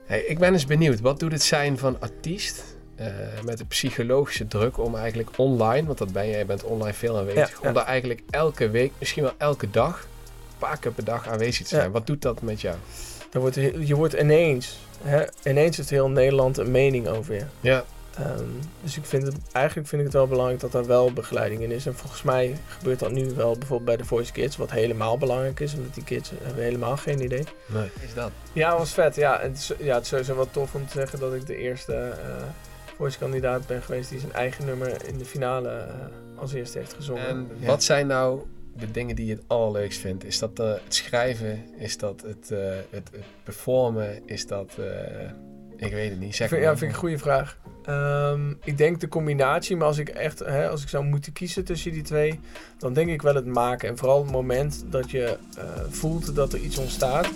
Hey, ik ben eens benieuwd, wat doet het zijn van artiest met de psychologische druk om eigenlijk online, want dat ben jij, bent online veel aanwezig, om daar eigenlijk elke week, misschien wel elke dag, een paar keer per dag aanwezig te zijn. Wat doet dat met jou? Je wordt ineens is heel Nederland een mening over je. Ja. Dus eigenlijk vind ik het wel belangrijk dat daar wel begeleiding in is. En volgens mij gebeurt dat nu wel bijvoorbeeld bij de Voice Kids, wat helemaal belangrijk is, omdat die kids hebben helemaal geen idee. Nee, is dat? Ja, dat was vet. Ja, het is sowieso wel tof om te zeggen dat ik de eerste Voice kandidaat ben geweest die zijn eigen nummer in de finale als eerste heeft gezongen. En wat zijn nou de dingen die je het allerleukst vindt? Is dat het schrijven? Is dat het performen? Is dat... ik weet het niet. Vind ik een goede vraag. Ik denk de combinatie, maar als ik zou moeten kiezen tussen die twee, dan denk ik wel het maken. En vooral het moment dat je voelt dat er iets ontstaat.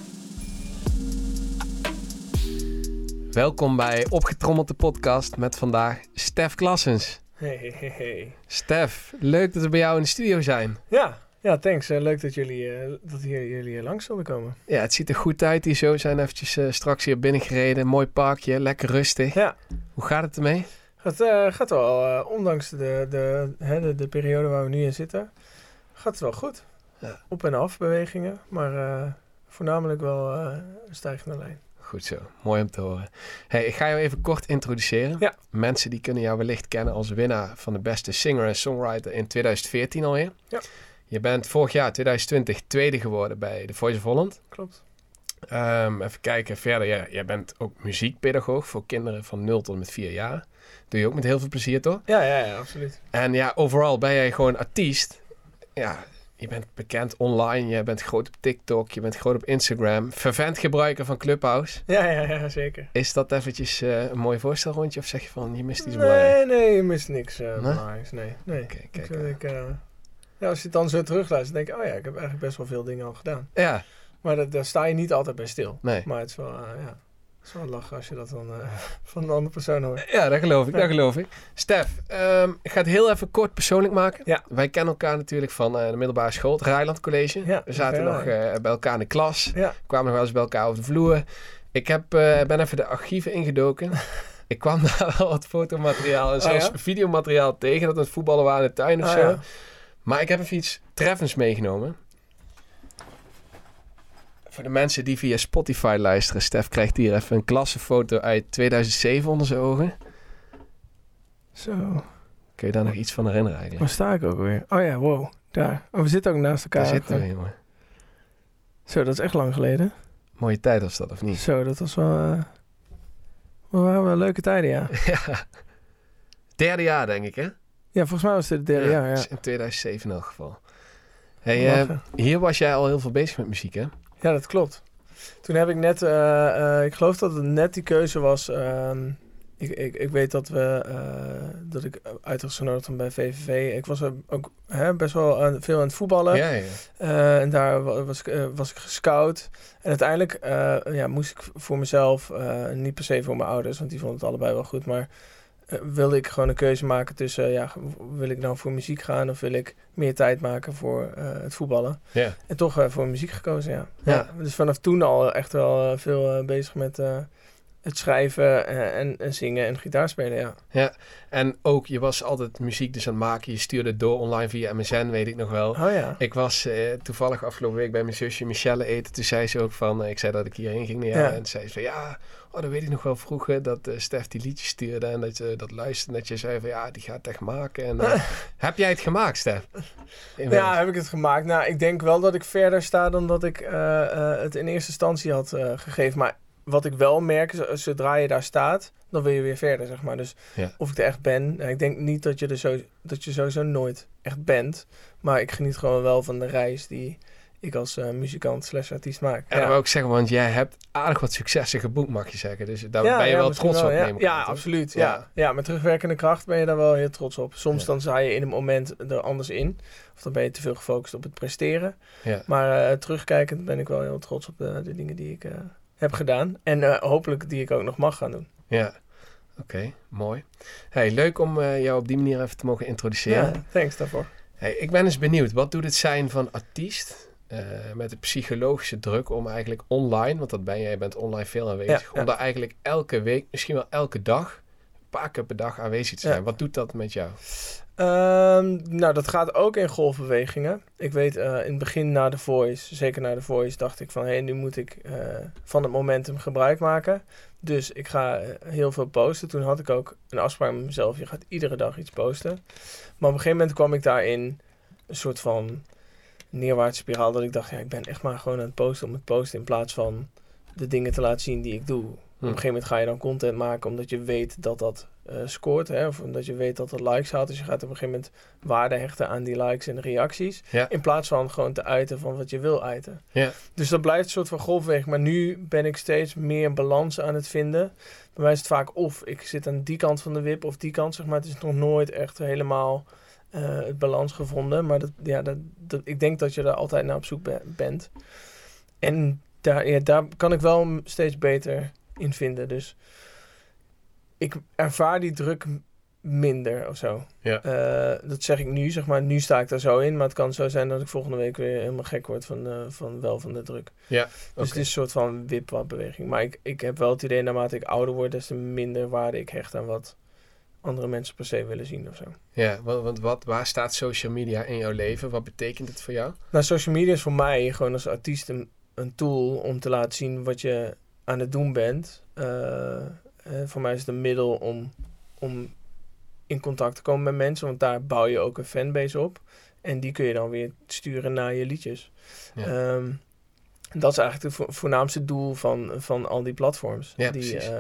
Welkom bij Opgetrommeld de podcast met vandaag Stef Claessens. Hey. Stef, leuk dat we bij jou in de studio zijn. Ja, thanks. Leuk dat jullie hier langs zullen komen. Ja, het ziet er goed uit hier zo. We zijn eventjes straks hier binnengereden. Mooi parkje, lekker rustig. Ja. Hoe gaat het ermee? Gaat wel, ondanks de periode waar we nu in zitten, gaat het wel goed. Ja. Op- en af bewegingen, maar voornamelijk wel een stijgende lijn. Goed zo, mooi om te horen. Hey, ik ga jou even kort introduceren. Ja. Mensen die kunnen jou wellicht kennen als winnaar van de beste singer en songwriter in 2014 alweer. Ja. Je bent vorig jaar, 2020, tweede geworden bij The Voice of Holland. Klopt. Even kijken verder. Jij bent ook muziekpedagoog voor kinderen van 0 tot en met 4 jaar. Doe je ook met heel veel plezier, toch? Ja, absoluut. En ja, overal ben jij gewoon artiest. Ja, je bent bekend online. Je bent groot op TikTok. Je bent groot op Instagram. Fervent gebruiker van Clubhouse. Ja, zeker. Is dat eventjes een mooi voorstelrondje? Of zeg je van, je mist iets belangrijks? Nee, je mist niks belangrijks. Nee. Kijk. Als je het dan zo terugluistert, denk ik, ik heb eigenlijk best wel veel dingen al gedaan. Ja. Maar daar sta je niet altijd bij stil. Nee. Maar het is wel, het is wel lachen als je dat dan van een andere persoon hoort. Ja, dat geloof ik. Stef, ik ga het heel even kort persoonlijk maken. Ja. Wij kennen elkaar natuurlijk van de middelbare school, het Rijland College. Ja, we zaten nog bij elkaar in de klas. Ja. Kwamen nog wel eens bij elkaar over de vloer. Ik ben even de archieven ingedoken. Ik kwam daar wel wat fotomateriaal en zelfs videomateriaal tegen. Dat we het voetballen waren in de tuin of zo. Ja. Maar ik heb even iets treffends meegenomen. Voor de mensen die via Spotify luisteren. Stef krijgt hier even een klassenfoto uit 2007 onder zijn ogen. Zo. Kun je daar nog iets van herinneren eigenlijk? Waar sta ik ook weer? Oh ja, wow. Daar. Oh, we zitten ook naast elkaar. Daar zitten we, jongen. Zo, dat is echt lang geleden. Mooie tijd was dat, of niet? Zo, dat was wel... waren wel leuke tijden, ja. Ja. Derde jaar, denk ik, hè? Ja, volgens mij was het het derde jaar, ja. Dus in 2007 in elk geval. Hey, hier was jij al heel veel bezig met muziek, hè? Ja, dat klopt. Toen heb ik net... ik geloof dat het net die keuze was... Ik weet dat ik uitgenodigd ben bij VVV. Ik was ook best wel veel aan het voetballen. Ja. En daar was ik gescout. En uiteindelijk moest ik voor mezelf, niet per se voor mijn ouders, want die vonden het allebei wel goed, maar wilde ik gewoon een keuze maken tussen, wil ik nou voor muziek gaan of wil ik meer tijd maken voor het voetballen? Ja. En toch voor muziek gekozen, ja. Dus vanaf toen al echt wel veel bezig met... het schrijven en zingen en gitaarspelen, ja. Ja, en ook, je was altijd muziek dus aan het maken. Je stuurde het door online via MSN, weet ik nog wel. Oh ja. Ik was toevallig afgelopen week bij mijn zusje Michelle eten. Toen zei ze ook van, ik zei dat ik hierheen ging naar jou. En toen zei ze van, dat weet ik nog wel vroeger, dat Stef die liedjes stuurde en dat je dat luisterde. En dat je zei van, die gaat het echt maken. En heb jij het gemaakt, Stef? Ja, heb ik het gemaakt. Nou, ik denk wel dat ik verder sta dan dat ik het in eerste instantie had gegeven. Maar wat ik wel merk, is zodra je daar staat, dan wil je weer verder, zeg maar. Dus of ik er echt ben, ik denk niet dat je sowieso nooit echt bent. Maar ik geniet gewoon wel van de reis die ik als muzikant/artiest maak. En dat wil ik zeggen, want jij hebt aardig wat successen geboekt, mag je zeggen. Dus daar ben je wel trots op, neem ik aan. Absoluut. Ja, met terugwerkende kracht ben je daar wel heel trots op. Soms dan sta je in een moment er anders in. Of dan ben je te veel gefocust op het presteren. Ja. Maar terugkijkend ben ik wel heel trots op de dingen die ik... heb gedaan. En hopelijk die ik ook nog mag gaan doen. Ja, oké, mooi. Hey, leuk om jou op die manier even te mogen introduceren. Ja, thanks daarvoor. Hey, ik ben eens benieuwd, wat doet het zijn van artiest met de psychologische druk om eigenlijk online, want dat ben jij bent online veel aanwezig, om daar eigenlijk elke week, misschien wel elke dag, een paar keer per dag aanwezig te zijn. Ja. Wat doet dat met jou? Nou, dat gaat ook in golfbewegingen. Ik weet, in het begin na The Voice, zeker na The Voice, dacht ik van, nu moet ik van het momentum gebruik maken. Dus ik ga heel veel posten. Toen had ik ook een afspraak met mezelf, je gaat iedere dag iets posten. Maar op een gegeven moment kwam ik daarin een soort van neerwaartse spiraal, dat ik dacht, ik ben echt maar gewoon aan het posten om het posten in plaats van de dingen te laten zien die ik doe. Op een gegeven moment ga je dan content maken omdat je weet dat dat scoort, hè, of omdat je weet dat het likes haalt. Dus je gaat op een gegeven moment waarde hechten aan die likes en de reacties, in plaats van gewoon te uiten van wat je wil uiten. Ja. Dus dat blijft een soort van golfweg. Maar nu ben ik steeds meer balans aan het vinden. Bij mij is het vaak of ik zit aan die kant van de wip of die kant, zeg maar. Het is nog nooit echt helemaal het balans gevonden. Maar ik denk dat je daar altijd naar op zoek bent. En daar kan ik wel steeds beter in vinden. Dus ik ervaar die druk minder of zo. Ja. Dat zeg ik nu, zeg maar. Nu sta ik daar zo in. Maar het kan zo zijn dat ik volgende week weer helemaal gek word van de druk. Ja, okay. Dus het is een soort van wip-wap-beweging. Maar ik heb wel het idee, naarmate ik ouder word, des te minder waarde ik hecht aan wat andere mensen per se willen zien of zo. Ja, want waar staat social media in jouw leven? Wat betekent het voor jou? Nou, social media is voor mij gewoon als artiest een tool om te laten zien wat je aan het doen bent. Voor mij is het een middel om in contact te komen met mensen, want daar bouw je ook een fanbase op. En die kun je dan weer sturen naar je liedjes. Ja. Dat is eigenlijk het voornaamste doel van al die platforms. Ja, precies.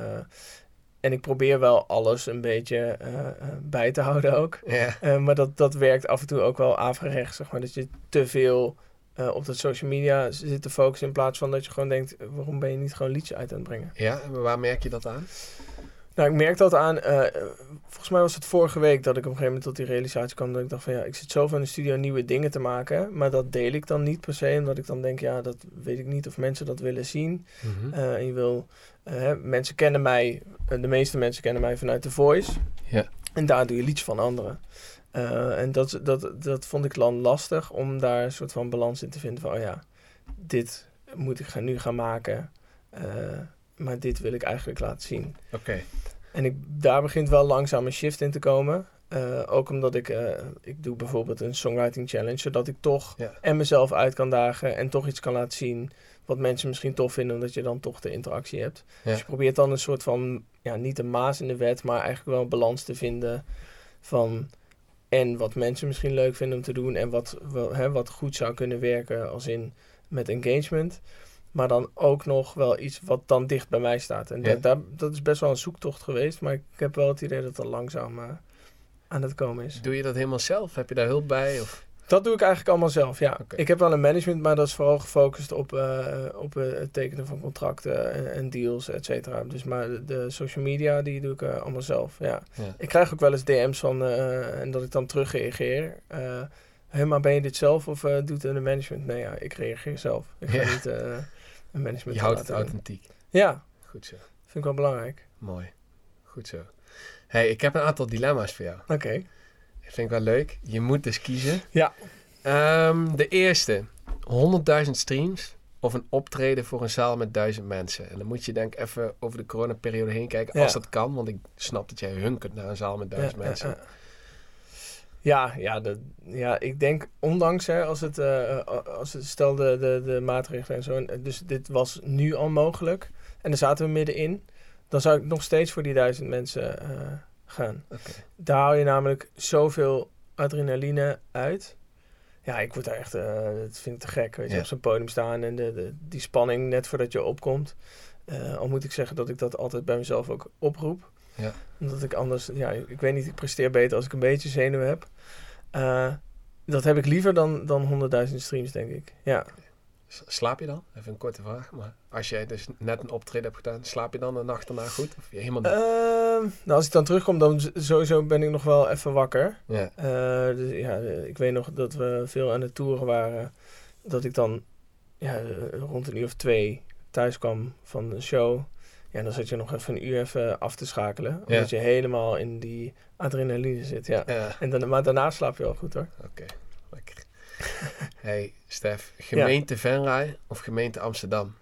En ik probeer wel alles een beetje bij te houden ook. Ja. Maar dat werkt af en toe ook wel averechts, zeg maar. Dat je te veel op dat social media zit te focussen in plaats van dat je gewoon denkt, waarom ben je niet gewoon liedjes uit aan het brengen? Ja, maar waar merk je dat aan? Nou, ik merk dat aan, volgens mij was het vorige week dat ik op een gegeven moment tot die realisatie kwam dat ik dacht van ik zit zoveel in de studio nieuwe dingen te maken, maar dat deel ik dan niet per se, omdat ik dan denk, dat weet ik niet of mensen dat willen zien. Mm-hmm. En je wil, mensen kennen mij, de meeste mensen kennen mij vanuit The Voice. Ja. En daar doe je liedjes van anderen. En dat vond ik dan lastig om daar een soort van balans in te vinden van, dit moet ik nu gaan maken. Maar dit wil ik eigenlijk laten zien. Oké. En daar begint wel langzaam een shift in te komen. Ook omdat ik doe bijvoorbeeld een songwriting challenge, zodat ik toch en mezelf uit kan dagen en toch iets kan laten zien wat mensen misschien tof vinden, omdat je dan toch de interactie hebt. Ja. Dus je probeert dan een soort van, niet een maas in de wet, maar eigenlijk wel een balans te vinden van en wat mensen misschien leuk vinden om te doen en wat goed zou kunnen werken als in met engagement. Maar dan ook nog wel iets wat dan dicht bij mij staat. En dat is best wel een zoektocht geweest. Maar ik heb wel het idee dat het langzaam aan het komen is. Doe je dat helemaal zelf? Heb je daar hulp bij? Of? Dat doe ik eigenlijk allemaal zelf, ja. Okay. Ik heb wel een management, maar dat is vooral gefocust op het tekenen van contracten en deals, et cetera. Dus maar de social media, die doe ik allemaal zelf, ja. Ik krijg ook wel eens DM's van en dat ik dan terug reageer. Maar ben je dit zelf of doet het een management? Nee, ik reageer zelf. Ik ga niet een management. Je houdt het authentiek. Ja. Goed zo. Vind ik wel belangrijk. Mooi. Goed zo. Hey, ik heb een aantal dilemma's voor jou. Oké. Dat vind ik wel leuk. Je moet dus kiezen. Ja. De eerste. 100.000 streams of een optreden voor een zaal met 1000 mensen. En dan moet je denk ik even over de coronaperiode heen kijken. Als dat kan. Want ik snap dat jij hunkert naar een zaal met 1000 mensen. Ja, ik denk, ondanks als het stel de maatregelen en zo, dus dit was nu al mogelijk en daar zaten we middenin, dan zou ik nog steeds voor die 1000 mensen gaan. Okay. Daar haal je namelijk zoveel adrenaline uit. Ja, ik word daar echt, dat vind ik te gek, weet je, op zo'n podium staan en die spanning net voordat je opkomt. Al moet ik zeggen dat ik dat altijd bij mezelf ook oproep. Ja. Omdat ik anders, ik weet niet, ik presteer beter als ik een beetje zenuwen heb. Dat heb ik liever dan 100.000 streams, denk ik. Ja. Slaap je dan? Even een korte vraag. Maar als jij dus net een optreden hebt gedaan, slaap je dan de nacht daarna goed? Of je helemaal niet? Als ik dan terugkom, dan sowieso ben ik nog wel even wakker. Ja. Dus ik weet nog dat we veel aan het toeren waren. Dat ik dan rond 1 uur of 2 thuis kwam van de show. Ja, dan zit je nog even een uur af te schakelen. Omdat je helemaal in die adrenaline zit. Ja. Ja. Maar daarna slaap je wel goed hoor. Oké, lekker. Hey, Stef, gemeente Venray of gemeente Amsterdam?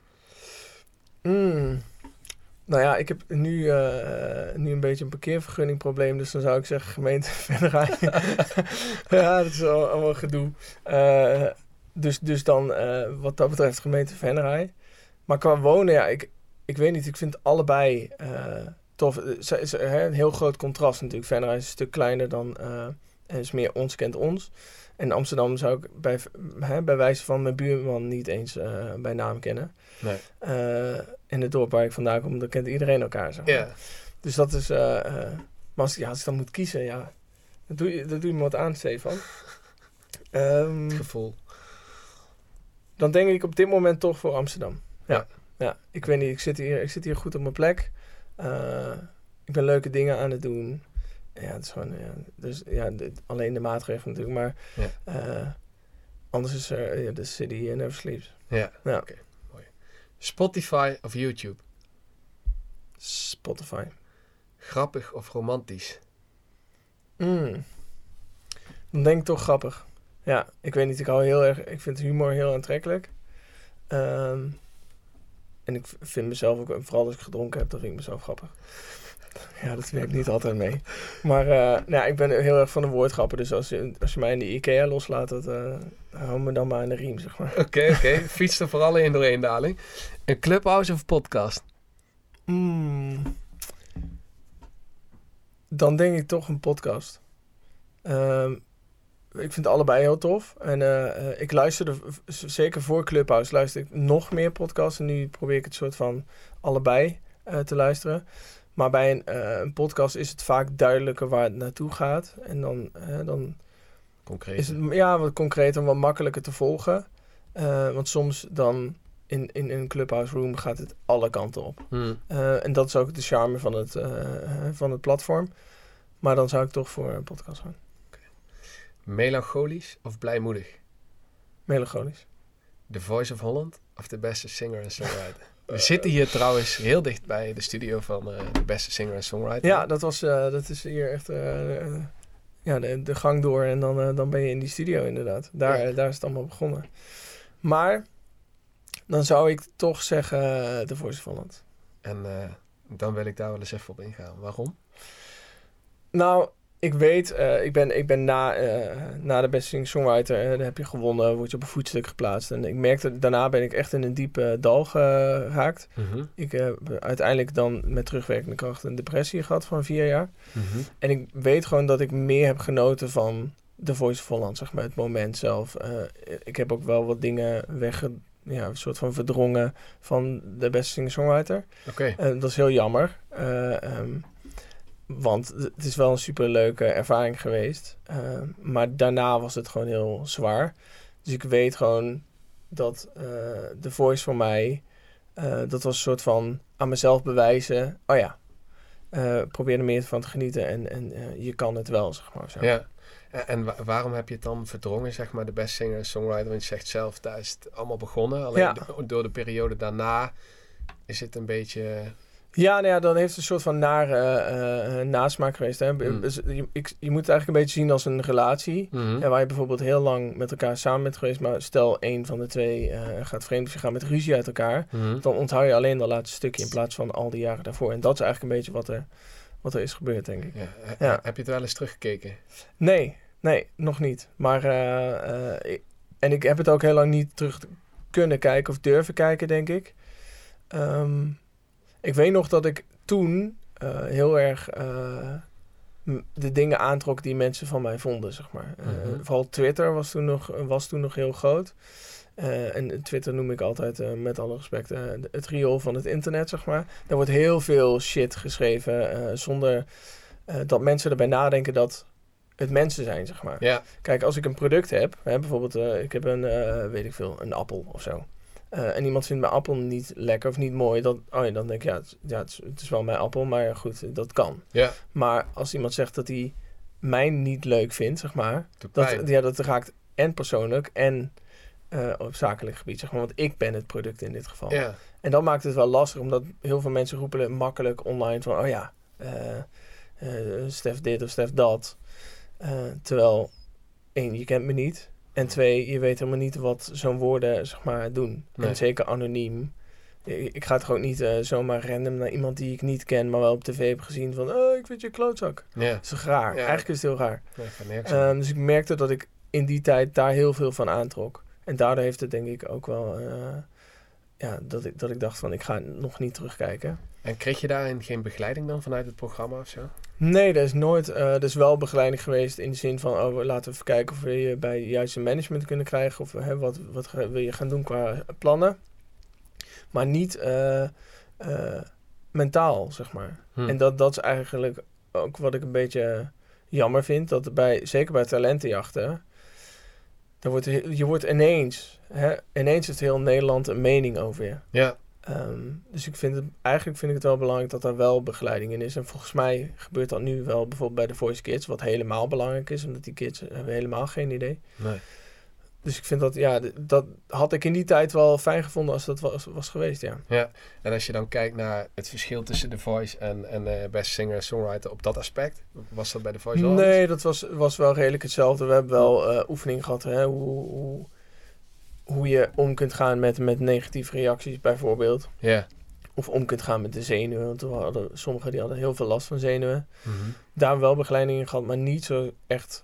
Nou ja, ik heb nu een beetje een parkeervergunningprobleem, dus dan zou ik zeggen gemeente Venray. Ja, dat is allemaal gedoe. Dus dan wat dat betreft gemeente Venray. Maar qua wonen, ja, ik weet niet, ik vind allebei tof. Het is een heel groot contrast natuurlijk. Venray is een stuk kleiner dan, is meer ons kent ons. En Amsterdam zou ik bij wijze van mijn buurman niet eens bij naam kennen. Nee. In het dorp waar ik vandaan kom, dan kent iedereen elkaar. Zeg maar. Yeah. Dus dat is... maar als ik dan moet kiezen, ja... Dat doe je me wat aan, Stefan. Gevoel. Dan denk ik op dit moment toch voor Amsterdam. Ja, ik weet niet, ik zit hier goed op mijn plek. Ik ben leuke dingen aan het doen. Ja, het is gewoon... Ja, dus ja, alleen de maatregelen natuurlijk, maar... Ja. Anders is er The City Never Sleeps. Ja, oké. Mooi. Spotify of YouTube? Spotify. Grappig of romantisch? Dan denk ik toch grappig. Ja, ik weet niet, ik vind humor heel aantrekkelijk. En ik vind mezelf ook, vooral als ik gedronken heb, dan vind ik mezelf grappig. Ja, dat werkt niet altijd mee. Maar ik ben heel erg van de woordgrappen. Dus als je mij in de IKEA loslaat, hou me dan maar in de riem, zeg maar. Oké. Fiets er vooral in doorheen, daling. Een Clubhouse of podcast? Dan denk ik toch een podcast. Ik vind allebei heel tof. En ik luisterde, zeker voor Clubhouse, luister ik nog meer podcasts. En nu probeer ik het soort van allebei te luisteren. Maar bij een podcast is het vaak duidelijker waar het naartoe gaat. En dan is het wat concreter en wat makkelijker te volgen. Want soms dan in een Clubhouse room gaat het alle kanten op. En dat is ook de charme van het platform. Maar dan zou ik toch voor een podcast gaan. Okay. Melancholisch of blijmoedig? Melancholisch. The Voice of Holland of de beste singer en songwriter? We zitten hier trouwens heel dicht bij de studio van de beste singer en songwriter. Ja, dat is hier echt de gang door en dan ben je in die studio inderdaad. Daar is het allemaal begonnen. Maar dan zou ik toch zeggen The Voice of Holland. En dan wil ik daar wel eens even op ingaan. Waarom? Nou, ik weet, ik ben na de beste singer-songwriter, dan heb je gewonnen, word je op een voetstuk geplaatst. En ik merkte, daarna ben ik echt in een diepe dal geraakt. Ik heb uiteindelijk dan met terugwerkende kracht een depressie gehad van 4 jaar. En ik weet gewoon dat ik meer heb genoten van The Voice of Holland, zeg maar, het moment zelf. Ik heb ook wel wat dingen een soort van verdrongen van de beste singer-songwriter. Okay. Dat is heel jammer. Want het is wel een superleuke ervaring geweest. Maar daarna was het gewoon heel zwaar. Dus ik weet gewoon dat The Voice voor mij... dat was een soort van aan mezelf bewijzen... Oh ja, probeer er meer van te genieten en je kan het wel, zeg maar. Zo. Ja. En waarom heb je het dan verdrongen, zeg maar, de best singer en songwriter? Want je zegt zelf, daar is het allemaal begonnen. Alleen door de periode daarna is het een beetje... Ja, nou ja, dan heeft het een soort van nare nasmaak geweest. Hè? Dus je moet het eigenlijk een beetje zien als een relatie. Waar je bijvoorbeeld heel lang met elkaar samen bent geweest. Maar stel een van de twee gaat vreemd of je gaat met ruzie uit elkaar. Dan onthoud je alleen dat laatste stukje in plaats van al die jaren daarvoor. En dat is eigenlijk een beetje wat er is gebeurd, denk ik. Ja. Heb je het wel eens teruggekeken? Nee, nog niet. Maar en ik heb het ook heel lang niet terug kunnen kijken of durven kijken, denk ik. Ik weet nog dat ik toen heel erg de dingen aantrok die mensen van mij vonden, zeg maar. Vooral Twitter was toen nog heel groot. En Twitter noem ik altijd, met alle respect, het riool van het internet, zeg maar. Daar wordt heel veel shit geschreven zonder dat mensen erbij nadenken dat het mensen zijn, zeg maar. Ja. Kijk, als ik een product heb, bijvoorbeeld ik heb een appel of zo. En iemand vindt mijn appel niet lekker of niet mooi, dan denk ik, het is wel mijn appel, maar goed, dat kan. Ja. Maar als iemand zegt dat hij mij niet leuk vindt, zeg maar, dat raakt en persoonlijk en op zakelijk gebied, zeg maar, want ik ben het product in dit geval. Ja. En dat maakt het wel lastig, omdat heel veel mensen roepen makkelijk online van, Stef dit of Stef dat. Terwijl, 1, je kent me niet. En 2, je weet helemaal niet wat zo'n woorden, zeg maar, doen. Nee. En zeker anoniem. Ik ga toch ook niet zomaar random naar iemand die ik niet ken, maar wel op tv heb gezien van, ik vind je klootzak. Dat is toch raar? Ja. Eigenlijk is het heel raar. Dus ik merkte dat ik in die tijd daar heel veel van aantrok. En daardoor heeft het denk ik ook wel, dat ik dacht van, ik ga nog niet terugkijken. En kreeg je daarin geen begeleiding dan vanuit het programma of zo? Nee, er is nooit. Er is wel begeleiding geweest in de zin van, laten we even kijken of we je bij het juiste management kunnen krijgen. Of wat wil je gaan doen qua plannen. Maar niet mentaal, zeg maar. En dat is eigenlijk ook wat ik een beetje jammer vind. Dat zeker bij talentenjachten, je wordt ineens is heel Nederland een mening over je. Ja. Dus eigenlijk vind ik het wel belangrijk dat daar wel begeleiding in is. En volgens mij gebeurt dat nu wel bijvoorbeeld bij de Voice Kids, wat helemaal belangrijk is, omdat die kids hebben helemaal geen idee. Nee. Dus ik vind dat had ik in die tijd wel fijn gevonden als dat was geweest, ja. Ja, en als je dan kijkt naar het verschil tussen The Voice en Best Singer-Songwriter op dat aspect, was dat bij The Voice wel? Nee, dat was wel redelijk hetzelfde. We hebben wel oefening gehad, hoe je om kunt gaan met negatieve reacties bijvoorbeeld. Ja. Yeah. Of om kunt gaan met de zenuwen, want sommigen die hadden heel veel last van zenuwen. Mm-hmm. Daar hebben we wel begeleiding in gehad, maar niet zo echt.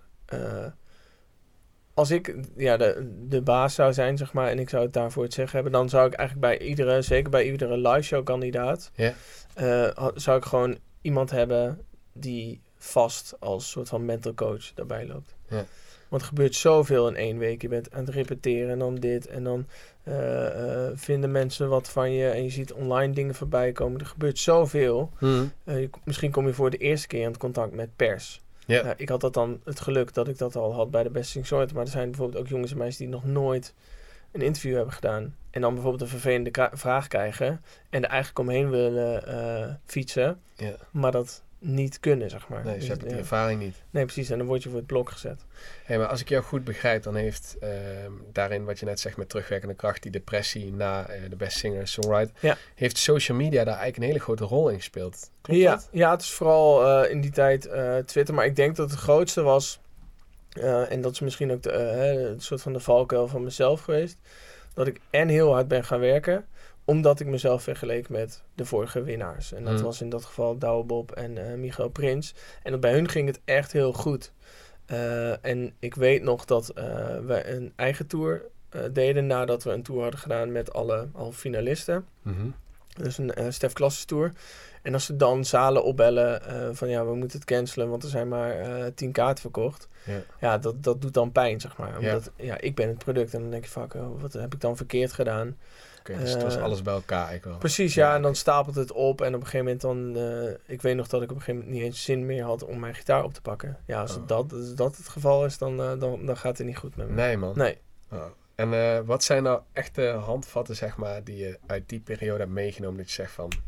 Als ik de baas zou zijn, zeg maar, en ik zou het daarvoor het zeggen hebben, dan zou ik eigenlijk zeker bij iedere live show kandidaat, zou ik gewoon iemand hebben die vast als soort van mental coach daarbij loopt. Ja. Want er gebeurt zoveel in 1 week. Je bent aan het repeteren en dan dit. En dan vinden mensen wat van je. En je ziet online dingen voorbij komen. Er gebeurt zoveel. Misschien kom je voor de eerste keer in het contact met pers. Yeah. Ik had dat dan het geluk dat ik dat al had bij de Best Singer. Maar er zijn bijvoorbeeld ook jongens en meisjes die nog nooit een interview hebben gedaan. En dan bijvoorbeeld een vervelende vraag krijgen. En er eigenlijk omheen willen fietsen. Yeah. Maar dat niet kunnen, zeg maar. Nee, ze hebben die ervaring niet. Nee, precies. En dan word je voor het blok gezet. Hey, maar als ik jou goed begrijp, dan heeft daarin wat je net zegt met terugwerkende kracht, die depressie na de Best Singer-Songwriter, heeft social media daar eigenlijk een hele grote rol in gespeeld. Klopt dat? Ja, het is vooral in die tijd Twitter, maar ik denk dat het grootste was, en dat is misschien ook een soort van de valkuil van mezelf geweest, dat ik heel hard ben gaan werken, omdat ik mezelf vergeleek met de vorige winnaars. En dat was in dat geval Douwe Bob en Michael Prins. En bij hun ging het echt heel goed. En ik weet nog dat we een eigen tour deden nadat we een tour hadden gedaan met alle finalisten. Mm-hmm. Dus een Stef Klasses tour. En als ze dan zalen opbellen van we moeten het cancelen, want er zijn maar 10 kaarten verkocht. Yeah. Ja, dat doet dan pijn, zeg maar. Omdat ik ben het product en dan denk je vaak, wat heb ik dan verkeerd gedaan? Dus het was alles bij elkaar eigenlijk wel. Precies, ja. En dan stapelt het op. En op een gegeven moment dan... ik weet nog dat ik op een gegeven moment niet eens zin meer had om mijn gitaar op te pakken. Ja, als dat het geval is, dan gaat het niet goed met me. Nee, man. Nee. Oh. En wat zijn nou echte handvatten, zeg maar, die je uit die periode hebt meegenomen dat je zegt van...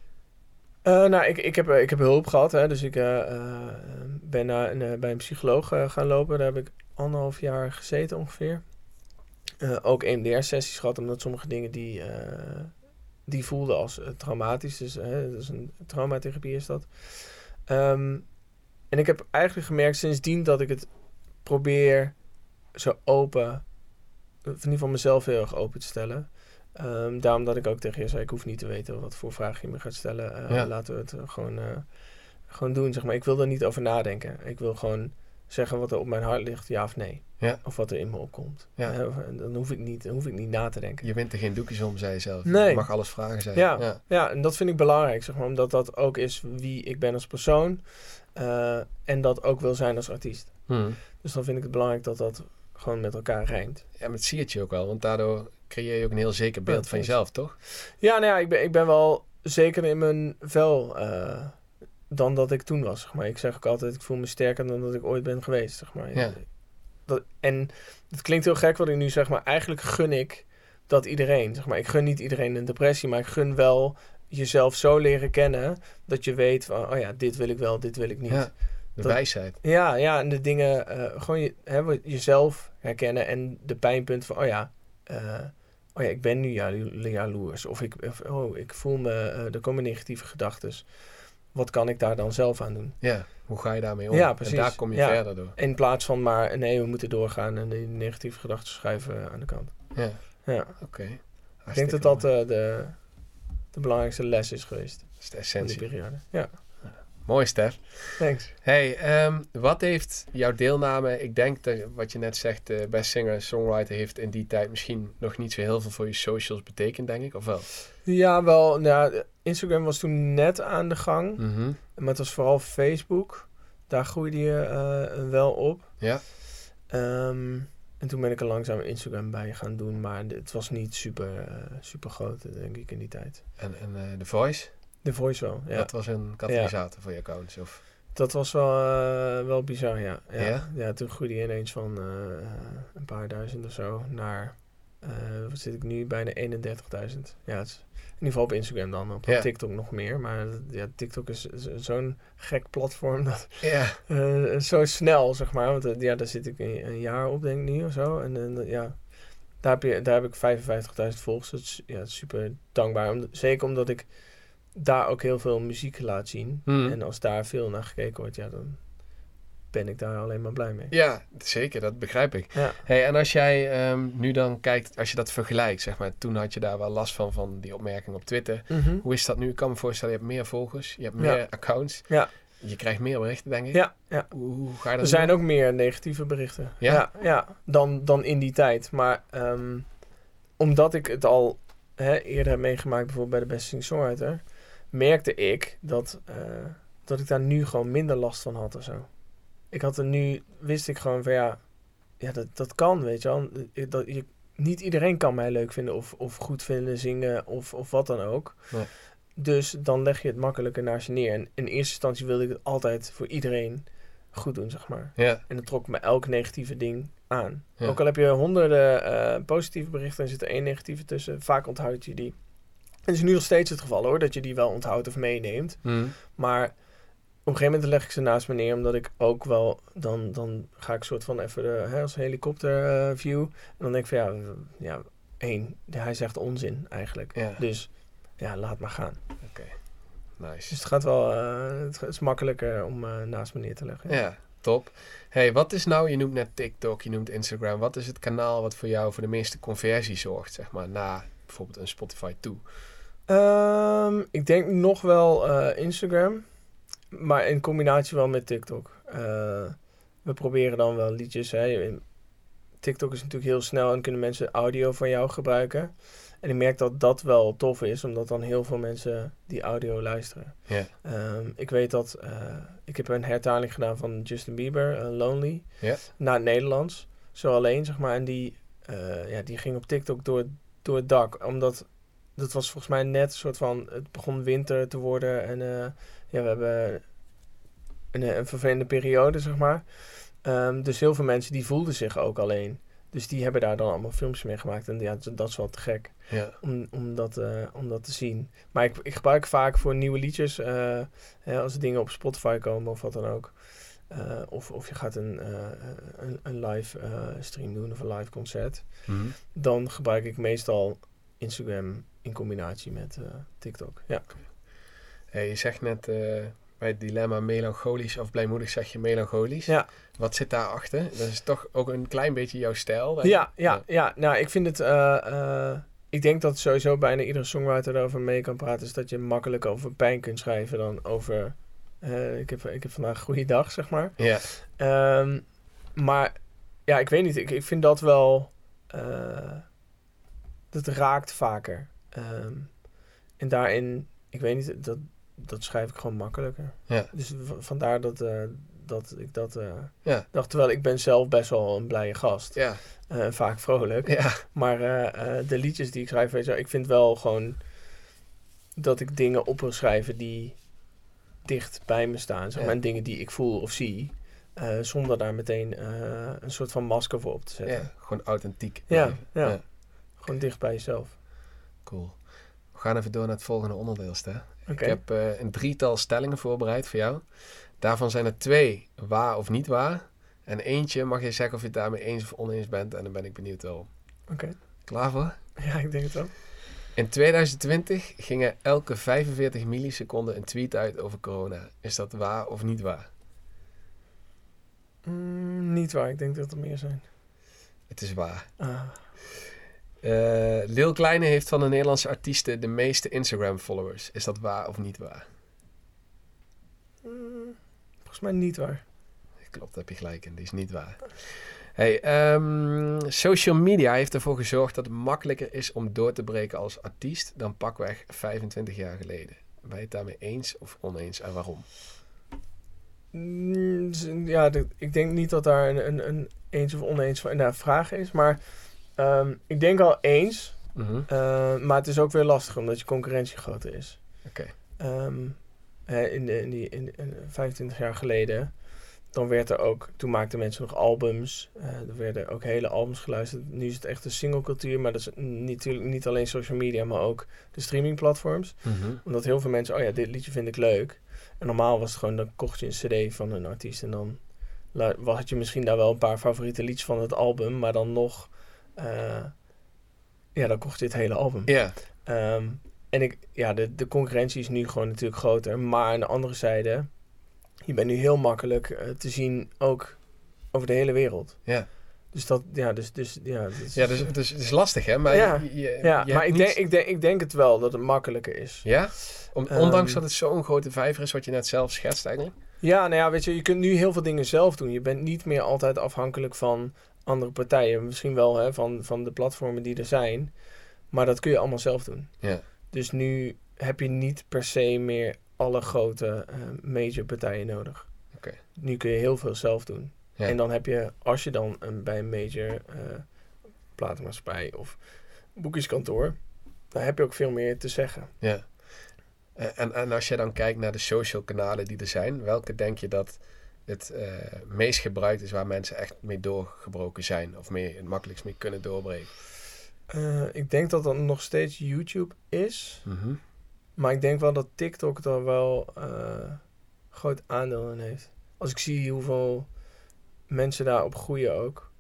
Ik heb hulp gehad. Hè, dus ik ben bij een psycholoog gaan lopen. Daar heb ik 1,5 jaar gezeten ongeveer. Ook EMDR-sessies gehad, omdat sommige dingen die voelden als traumatisch. Dus dat is een traumatherapie is dat. En ik heb eigenlijk gemerkt sindsdien dat ik het probeer zo open, in ieder geval mezelf heel erg open te stellen. Daarom dat ik ook tegen je zei, ik hoef niet te weten wat voor vraag je me gaat stellen. Laten we het gewoon doen, zeg maar. Ik wil er niet over nadenken. Ik wil gewoon zeggen wat er op mijn hart ligt, ja of nee. Ja. Of wat er in me opkomt. Ja. Dan hoef ik niet na te denken. Je wint er geen doekjes om, zei je zelf. Nee. Je mag alles vragen, zei je. Ja, en dat vind ik belangrijk, zeg maar. Omdat dat ook is wie ik ben als persoon. En dat ook wil zijn als artiest. Dus dan vind ik het belangrijk dat dat gewoon met elkaar rijmt. Ja, maar het zie je ook wel. Want daardoor creëer je ook een heel zeker beeld van jezelf, toch? Ja, nou ja, ik ben wel zeker in mijn vel dan dat ik toen was, zeg maar. Ik zeg ook altijd, ik voel me sterker dan dat ik ooit ben geweest, zeg maar. Ja. En het klinkt heel gek wat ik nu zeg, maar eigenlijk gun ik dat iedereen, zeg maar. Ik gun niet iedereen een depressie, maar ik gun wel jezelf zo leren kennen dat je weet van, dit wil ik wel, dit wil ik niet. Ja, de wijsheid. Ja, en de dingen, gewoon jezelf herkennen en de pijnpunten van, ik ben nu jaloers. Of ik voel me, er komen negatieve gedachtes. wat kan ik daar dan zelf aan doen? Ja, hoe ga je daarmee om? Ja, precies. En daar kom je verder door. In plaats van maar, nee, we moeten doorgaan en die negatieve gedachten schuiven aan de kant. Ja. Oké. Ik denk dat dat de belangrijkste les is geweest. Dat is de essentie. Van die periode. Ja. Mooi, Stef. Thanks. Hey, wat heeft jouw deelname... Ik denk dat wat je net zegt, best singer-songwriter heeft in die tijd misschien nog niet zo heel veel voor je socials betekend, denk ik, of wel? Ja, wel. Nou, Instagram was toen net aan de gang. Mm-hmm. Maar het was vooral Facebook. Daar groeide je wel op. Ja. En toen ben ik er langzaam Instagram bij gaan doen. Maar het was niet super groot, denk ik, in die tijd. En The Voice? The Voice wel, ja. Dat was een katalysator voor je accounts, of? Dat was wel bizar, ja. Ja, toen groeide je ineens van een paar duizend of zo naar... wat zit ik nu? Bijna 31.000. Ja, het is, in ieder geval op Instagram dan. Op TikTok nog meer. Maar TikTok is zo'n gek platform. Dat, zo snel, zeg maar. Want daar zit ik een jaar op, denk ik nu of zo. En daar heb ik 55.000 volgers. Dat is super dankbaar. Zeker omdat ik daar ook heel veel muziek laat zien. En als daar veel naar gekeken wordt, dan ben ik daar alleen maar blij mee. Ja, zeker. Dat begrijp ik. Ja. Hey, en als jij nu dan kijkt, als je dat vergelijkt, zeg maar, toen had je daar wel last van die opmerking op Twitter. Mm-hmm. Hoe is dat nu? Ik kan me voorstellen, je hebt meer volgers, je hebt meer accounts. Ja. Je krijgt meer berichten, denk ik. Ja. Hoe ga je dat Er zijn ook meer negatieve berichten. Ja, dan in die tijd. Maar omdat ik het al eerder heb meegemaakt, bijvoorbeeld bij de Best Singer-Songwriter, merkte ik dat ik daar nu gewoon minder last van had of zo. Wist ik gewoon van dat kan, weet je wel. Niet iedereen kan mij leuk vinden of goed vinden zingen of wat dan ook. Nee. Dus dan leg je het makkelijker naast je neer. En in eerste instantie wilde ik het altijd voor iedereen goed doen, zeg maar. Ja. En dan trok ik me elk negatieve ding aan. Ja. Ook al heb je honderden positieve berichten en zit er 1 negatieve tussen. Vaak onthoud je die. En het is nu nog steeds het geval hoor, dat je die wel onthoudt of meeneemt. Maar op een gegeven moment leg ik ze naast me neer, omdat ik ook wel, dan ga ik soort van even als helikopter view. En dan denk ik van hij zegt onzin eigenlijk. Ja. Dus laat maar gaan. Oké. Nice. Dus het gaat wel, het is makkelijker om naast me neer te leggen. Ja, top. Hey, wat is nou, je noemt net TikTok, je noemt Instagram. Wat is het kanaal wat voor jou voor de meeste conversie zorgt, zeg maar, na bijvoorbeeld een Spotify toe? Ik denk nog wel Instagram, maar in combinatie wel met TikTok. We proberen dan wel liedjes. TikTok is natuurlijk heel snel en kunnen mensen audio van jou gebruiken. En ik merk dat dat wel tof is, omdat dan heel veel mensen die audio luisteren. Yeah. Ik weet dat ik heb een hertaling gedaan van Justin Bieber, Lonely, naar het Nederlands. Zo alleen, zeg maar. En die ging op TikTok door het dak, omdat dat was volgens mij net een soort van, het begon winter te worden en we hebben een vervelende periode, zeg maar. Dus heel veel mensen die voelden zich ook alleen. Dus die hebben daar dan allemaal filmpjes mee gemaakt. En dat is wel te gek om dat te zien. Maar ik gebruik vaak voor nieuwe liedjes, als er dingen op Spotify komen of wat dan ook. Of je gaat een live stream doen of een live concert. Mm-hmm. Dan gebruik ik meestal Instagram in combinatie met TikTok. Ja. Hey, je zegt net bij het dilemma melancholisch of blijmoedig, zeg je melancholisch. Ja. Wat zit daarachter? Dat is toch ook een klein beetje jouw stijl? Ja. Nou, ik vind het... ik denk dat sowieso bijna iedere songwriter daarover mee kan praten. Is dat je makkelijk over pijn kunt schrijven dan over... ik heb vandaag een goede dag, zeg maar. Ja. Maar ja, ik weet niet. Ik vind dat wel... dat raakt vaker. En daarin... Ik weet niet, dat schrijf ik gewoon makkelijker. Ja. Dus vandaar dat ik dat dacht. Terwijl ik ben zelf best wel een blije gast. Ja. Vaak vrolijk. Ja. Maar de liedjes die ik schrijf, weet je, ik vind wel gewoon dat ik dingen op wil schrijven die dicht bij me staan. Zeg maar, en dingen die ik voel of zie. Zonder daar meteen een soort van masker voor op te zetten. Ja, gewoon authentiek. Ja. Gewoon dicht bij jezelf. Cool. We gaan even door naar het volgende onderdeel, Stef. Okay. Ik heb een 3-tal stellingen voorbereid voor jou. Daarvan zijn er 2 waar of niet waar. En eentje mag je zeggen of je het daarmee eens of oneens bent. En dan ben ik benieuwd waarom. Oké. Klaar voor? Ja, ik denk het wel. In 2020 gingen elke 45 milliseconden een tweet uit over corona. Is dat waar of niet waar? Niet waar, ik denk dat er meer zijn. Het is waar. Lil Kleine heeft van de Nederlandse artiesten de meeste Instagram-followers. Is dat waar of niet waar? Volgens mij niet waar. Klopt, daar heb je gelijk in. Die is niet waar. Hey, social media heeft ervoor gezorgd dat het makkelijker is om door te breken als artiest dan pakweg 25 jaar geleden. Ben je het daarmee eens of oneens en waarom? Ja, ik denk niet dat daar een eens of oneens vraag is. Maar ik denk al eens. Mm-hmm. Maar het is ook weer lastig omdat je concurrentie groter is. Oké. In 25 jaar geleden, dan werd er ook, toen maakten mensen nog albums. Er werden ook hele albums geluisterd. Nu is het echt een singlecultuur, maar dat is natuurlijk niet alleen social media, maar ook de streamingplatforms. Mm-hmm. Omdat heel veel mensen, dit liedje vind ik leuk. En normaal was het gewoon, dan kocht je een cd van een artiest en dan had je misschien daar wel een paar favoriete liedjes van het album, maar dan nog, dan kocht je het hele album. Ja. En de concurrentie is nu gewoon natuurlijk groter. Maar aan de andere zijde, je bent nu heel makkelijk te zien ook over de hele wereld. Ja. Dus dat, het is lastig, hè? Maar maar ik denk het wel dat het makkelijker is. Ja? Ondanks dat het zo'n grote vijver is, wat je net zelf schetst eigenlijk? Ja, nou ja, weet je kunt nu heel veel dingen zelf doen. Je bent niet meer altijd afhankelijk van andere partijen. Misschien wel van de platformen die er zijn. Maar dat kun je allemaal zelf doen. Ja. Dus nu heb je niet per se meer alle grote major partijen nodig. Okay. Nu kun je heel veel zelf doen. Ja. En dan heb je, als je dan bij een major platenmaatschappij of boekjeskantoor, dan heb je ook veel meer te zeggen. Ja. En als je dan kijkt naar de social kanalen die er zijn, welke denk je dat het meest gebruikt is waar mensen echt mee doorgebroken zijn of het makkelijkst mee kunnen doorbreken? Ik denk dat dat nog steeds YouTube is. Mm-hmm. Maar ik denk wel dat TikTok er wel groot aandeel in heeft. Als ik zie hoeveel mensen daarop groeien ook.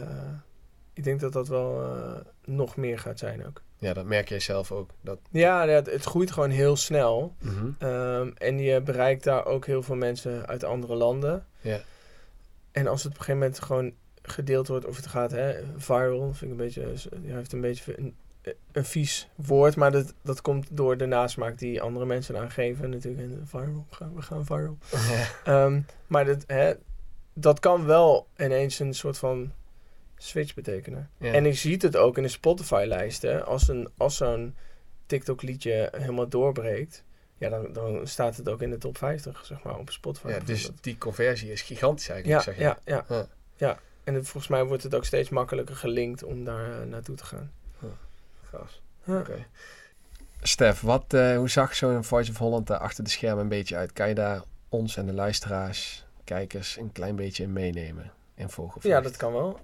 Ik denk dat dat wel nog meer gaat zijn ook. Ja, dat merk jij zelf ook. Ja, het groeit gewoon heel snel. Mm-hmm. En je bereikt daar ook heel veel mensen uit andere landen. Ja. En als het op een gegeven moment gewoon gedeeld wordt of het gaat viral, vind ik een beetje, heeft een beetje een vies woord, maar dat komt door de nasmaak die andere mensen aangeven natuurlijk. En viral, we gaan viral. Ja. Maar dat kan wel ineens een soort van switch betekenen. Ja. En je ziet het ook in de Spotify-lijsten. Als zo'n TikTok-liedje helemaal doorbreekt, ja, dan staat het ook in de top 50, zeg maar, op Spotify. Ja, dus die conversie is gigantisch eigenlijk, zeg je. Ja. En volgens mij wordt het ook steeds makkelijker gelinkt om daar naartoe te gaan. Gas. Oké. Stef, hoe zag zo'n Voice of Holland achter de schermen een beetje uit? Kan je daar ons en de luisteraars, kijkers, een klein beetje in meenemen? In vogelvlucht? Ja, dat kan wel.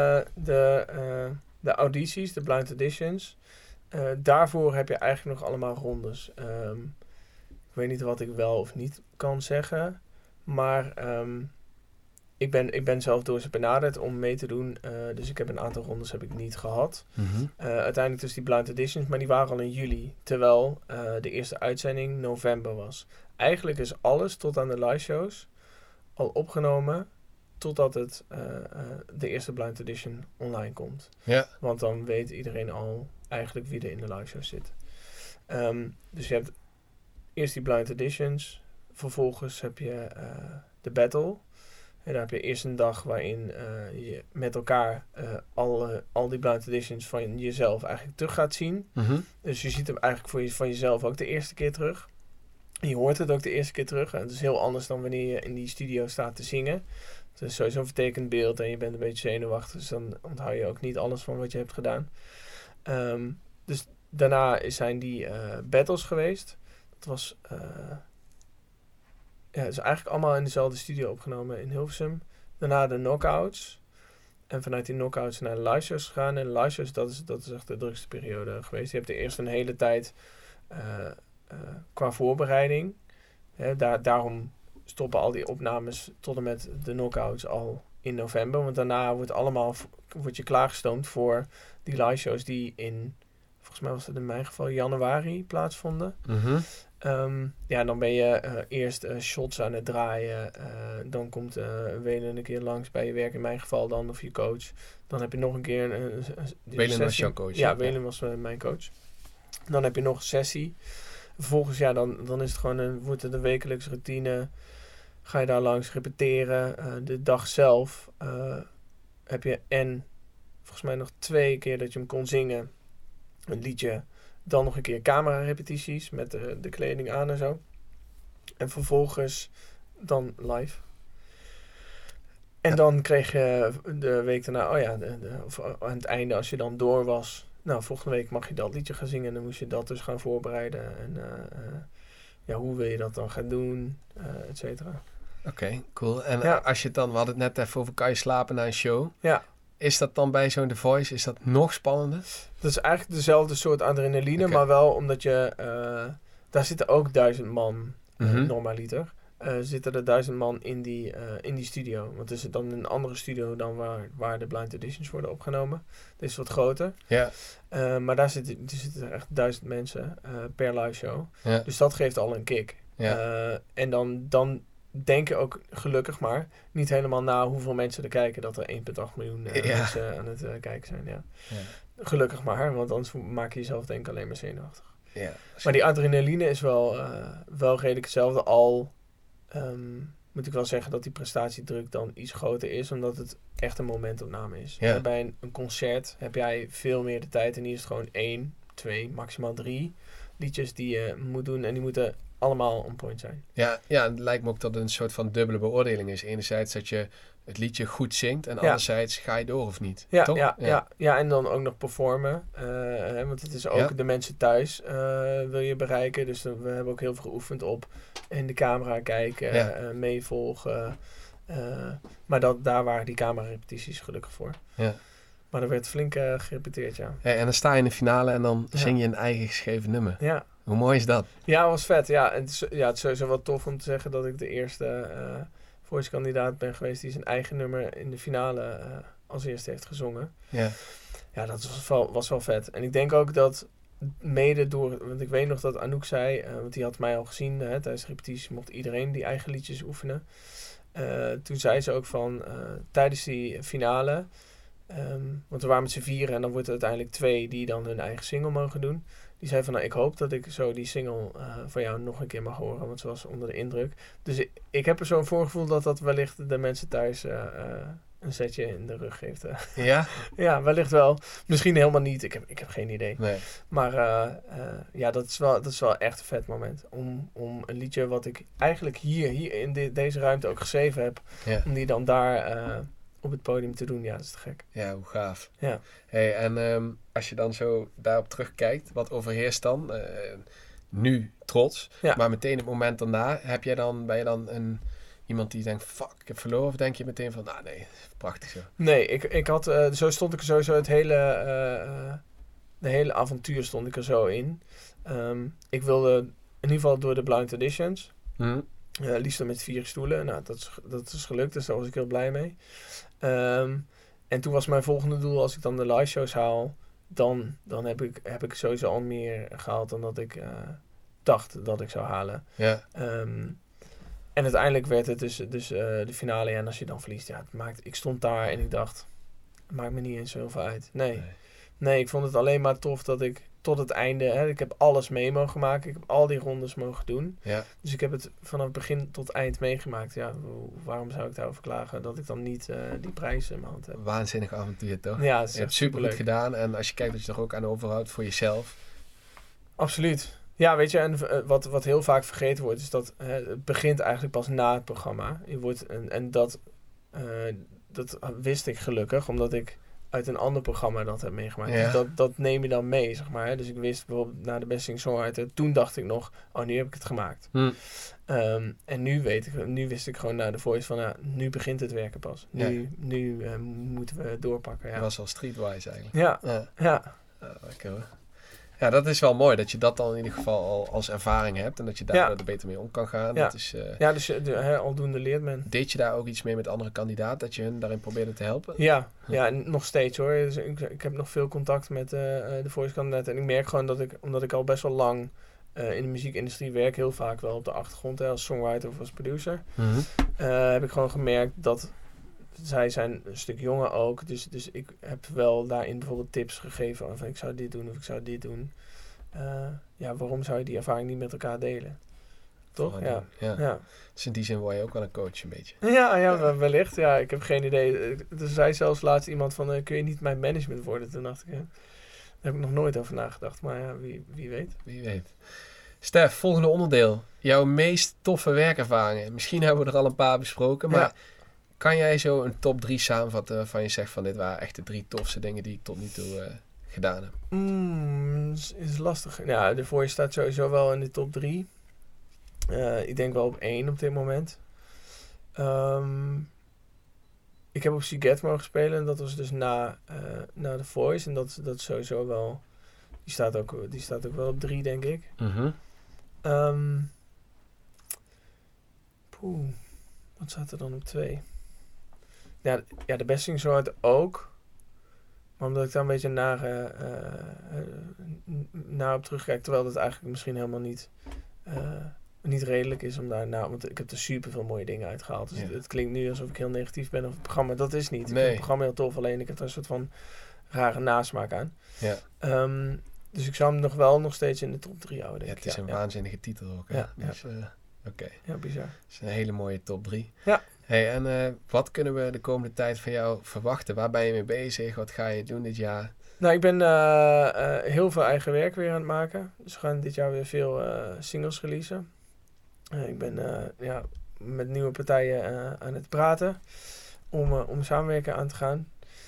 De audities, de blind auditions, daarvoor heb je eigenlijk nog allemaal rondes. Ik weet niet wat ik wel of niet kan zeggen, maar ik ben zelf door ze benaderd om mee te doen. Dus ik heb een aantal rondes heb ik niet gehad. Mm-hmm. Uiteindelijk dus die blind auditions, maar die waren al in juli. Terwijl de eerste uitzending november was. Eigenlijk is alles tot aan de live shows al opgenomen totdat de eerste blind audition online komt. Ja. Want dan weet iedereen al eigenlijk wie er in de live show zit. Dus je hebt eerst die blind auditions. Vervolgens heb je de battle. En dan heb je eerst een dag waarin je met elkaar al die blind auditions van jezelf eigenlijk terug gaat zien. Mm-hmm. Dus je ziet hem eigenlijk van jezelf ook de eerste keer terug. Je hoort het ook de eerste keer terug. En het is heel anders dan wanneer je in die studio staat te zingen. Het is sowieso een vertekend beeld en je bent een beetje zenuwachtig. Dus dan onthoud je ook niet alles van wat je hebt gedaan. Dus daarna zijn die battles geweest. Dat was is eigenlijk allemaal in dezelfde studio opgenomen in Hilversum. Daarna de knockouts. En vanuit die knockouts naar de live shows gegaan. En de live shows, dat is echt de drukste periode geweest. Je hebt eerst een hele tijd qua voorbereiding. Daarom stoppen al die opnames tot en met de knockouts al in november. Want daarna word je klaargestoomd voor die live shows die in volgens mij was het in mijn geval januari plaatsvonden. Mhm. Dan ben je eerst shots aan het draaien. Dan komt Welen een keer langs bij je werk, in mijn geval dan, of je coach. Dan heb je nog een keer een Welen was jouw coach? Ja, Welen was mijn coach. Dan heb je nog een sessie. Vervolgens, dan is het gewoon wordt het een wekelijkse routine. Ga je daar langs repeteren. De dag zelf heb je volgens mij nog 2 keer dat je hem kon zingen. Een liedje. Dan nog een keer camera-repetities met de kleding aan en zo. En vervolgens dan live. En dan kreeg je de week daarna, of aan het einde als je dan door was. Nou, volgende week mag je dat liedje gaan zingen. En dan moest je dat dus gaan voorbereiden. En hoe wil je dat dan gaan doen, et cetera. Oké, cool. En als je het dan, we hadden het net even over, kan je slapen na een show? Ja. Is dat dan bij zo'n The Voice, is dat nog spannender? Dat is eigenlijk dezelfde soort adrenaline, maar wel omdat je... daar zitten ook 1000 man, normaliter. Zitten er 1000 man in die studio. Want het is dan een andere studio dan waar de Blind Auditions worden opgenomen. Dit is wat groter. Ja. Maar daar zitten er echt 1000 mensen per live show. Ja. Dus dat geeft al een kick. Ja. En dan denk je ook gelukkig maar niet helemaal na hoeveel mensen er kijken, dat er 1,8 miljoen mensen aan het kijken zijn. Ja. Ja. Gelukkig maar, want anders maak je jezelf denk ik alleen maar zenuwachtig. Ja, maar die adrenaline is wel redelijk hetzelfde. Al moet ik wel zeggen dat die prestatiedruk dan iets groter is, omdat het echt een momentopname is. Ja. Bij een concert heb jij veel meer de tijd en hier is het gewoon 1, 2, maximaal 3 liedjes die je moet doen en die moeten allemaal on point zijn. Ja, het lijkt me ook dat het een soort van dubbele beoordeling is. Enerzijds dat je het liedje goed zingt en anderzijds ga je door of niet. Ja, toch? Ja, en dan ook nog performen. Want het is ook de mensen thuis wil je bereiken. Dus we hebben ook heel veel geoefend op in de camera kijken, meevolgen. Maar daar waren die camera-repetities gelukkig voor. Ja. Maar er werd flink gerepeteerd, ja. En dan sta je in de finale en dan zing je een eigen geschreven nummer. Ja. Hoe mooi is dat? Ja, was vet. Ja, het is sowieso wel tof om te zeggen dat ik de eerste voice-kandidaat ben geweest die zijn eigen nummer in de finale als eerste heeft gezongen. Ja, dat was wel vet. En ik denk ook dat mede door, want ik weet nog dat Anouk zei, want die had mij al gezien tijdens de repetities, mocht iedereen die eigen liedjes oefenen. Toen zei ze ook van, tijdens die finale, want we waren met z'n 4 en dan wordt er uiteindelijk 2 die dan hun eigen single mogen doen. Die zei van, ik hoop dat ik zo die single van jou nog een keer mag horen, want ze was onder de indruk. Dus ik heb er zo'n voorgevoel dat wellicht de mensen thuis een setje in de rug geeft. Ja? Ja, wellicht wel. Misschien helemaal niet. Ik heb geen idee. Nee. Maar dat is wel echt een vet moment. Om een liedje wat ik eigenlijk hier in deze ruimte ook geschreven heb, om die dan daar op het podium te doen. Ja, dat is te gek. Ja, hoe gaaf. Ja. Hey, en als je dan zo daarop terugkijkt, wat overheerst dan? Nu trots, maar meteen het moment daarna, ben je dan iemand die denkt, fuck, ik heb verloren? Of denk je meteen van, nee, prachtig zo? Nee, ik had, zo stond ik er sowieso de hele avontuur stond ik er zo in. Ik wilde in ieder geval door de Blind Auditions. Liefst met 4 stoelen. Nou, dat is gelukt, dus daar was ik heel blij mee. En toen was mijn volgende doel, als ik dan de live shows haal, dan heb ik sowieso al meer gehaald dan dat ik dacht dat ik zou halen. Ja. En uiteindelijk werd het dus de finale. En als je dan verliest, ik stond daar en ik dacht, het maakt me niet eens zoveel uit. Nee, ik vond het alleen maar tof dat ik tot het einde, ik heb alles mee mogen maken. Ik heb al die rondes mogen doen. Ja. Dus ik heb het vanaf begin tot eind meegemaakt. Ja, waarom zou ik daarover klagen dat ik dan niet die prijs in mijn hand heb? Waanzinnig avontuur, toch? Ja, je hebt super goed gedaan. En als je kijkt dat je er ook aan overhoudt voor jezelf. Absoluut. Ja, weet je, en wat heel vaak vergeten wordt, is dat het begint eigenlijk pas na het programma. Dat wist ik gelukkig, omdat ik uit een ander programma dat heb meegemaakt. Ja. Dus dat neem je dan mee, zeg maar. Dus ik wist bijvoorbeeld na de Best Sing Songwriter, toen dacht ik nog, nu heb ik het gemaakt. En nu wist ik gewoon na de Voice van, nu begint het werken pas. Nu moeten we doorpakken. Ja. Dat was al streetwise eigenlijk. Ja. Lekker hoor. Ja, dat is wel mooi. Dat je dat dan in ieder geval al als ervaring hebt. En dat je daar er beter mee om kan gaan. Ja, dat is, dus aldoende leert men. Deed je daar ook iets mee met andere kandidaten? Dat je hun daarin probeerde te helpen? Ja, nog steeds hoor. Dus ik heb nog veel contact met de Voice kandidaten. En ik merk gewoon dat omdat ik al best wel lang in de muziekindustrie werk, heel vaak wel op de achtergrond, als songwriter of als producer. Mm-hmm. Heb ik gewoon gemerkt dat zij zijn een stuk jonger ook. Dus ik heb wel daarin bijvoorbeeld tips gegeven van ik zou dit doen of ik zou dit doen. Waarom zou je die ervaring niet met elkaar delen? Toch? Ja. Dus in die zin word je ook wel een coach een beetje. Ja, wellicht. Ja, ik heb geen idee. Er zei zelfs laatst iemand van, kun je niet mijn management worden? Toen dacht ik, daar heb ik nog nooit over nagedacht. Maar ja, wie weet. Wie weet. Stef, volgende onderdeel. Jouw meest toffe werkervaringen. Misschien hebben we er al een paar besproken, maar kan jij zo een top 3 samenvatten waarvan je zegt van dit waren echt de 3 tofste dingen die ik tot nu toe gedaan heb? Is lastig. Ja, de Voice staat sowieso wel in de top 3. Ik denk wel op 1 op dit moment. Ik heb op Siget mogen spelen en dat was dus na de Voice. En dat is sowieso wel... Die staat ook wel op 3, denk ik. Mm-hmm. Wat staat er dan op 2? Ja, de Best Things Award ook. Maar omdat ik daar een beetje naar op terugkijk. Terwijl dat eigenlijk misschien helemaal niet redelijk is om daarna... Want ik heb er super veel mooie dingen uitgehaald. Dus het klinkt nu alsof ik heel negatief ben over het programma. Dat is niet. Ik vind het programma heel tof. Alleen ik heb er een soort van rare nasmaak aan. Ja. Dus ik zou hem nog steeds in de top 3 houden. Ja, het is een waanzinnige titel ook. Ja. Dus, oké. Ja, bizar. Het is een hele mooie top 3. Ja. Hey, en wat kunnen we de komende tijd van jou verwachten? Waar ben je mee bezig? Wat ga je doen dit jaar? Nou, ik ben heel veel eigen werk weer aan het maken. Dus we gaan dit jaar weer veel singles releasen. Ik ben met nieuwe partijen aan het praten om samenwerken aan te gaan.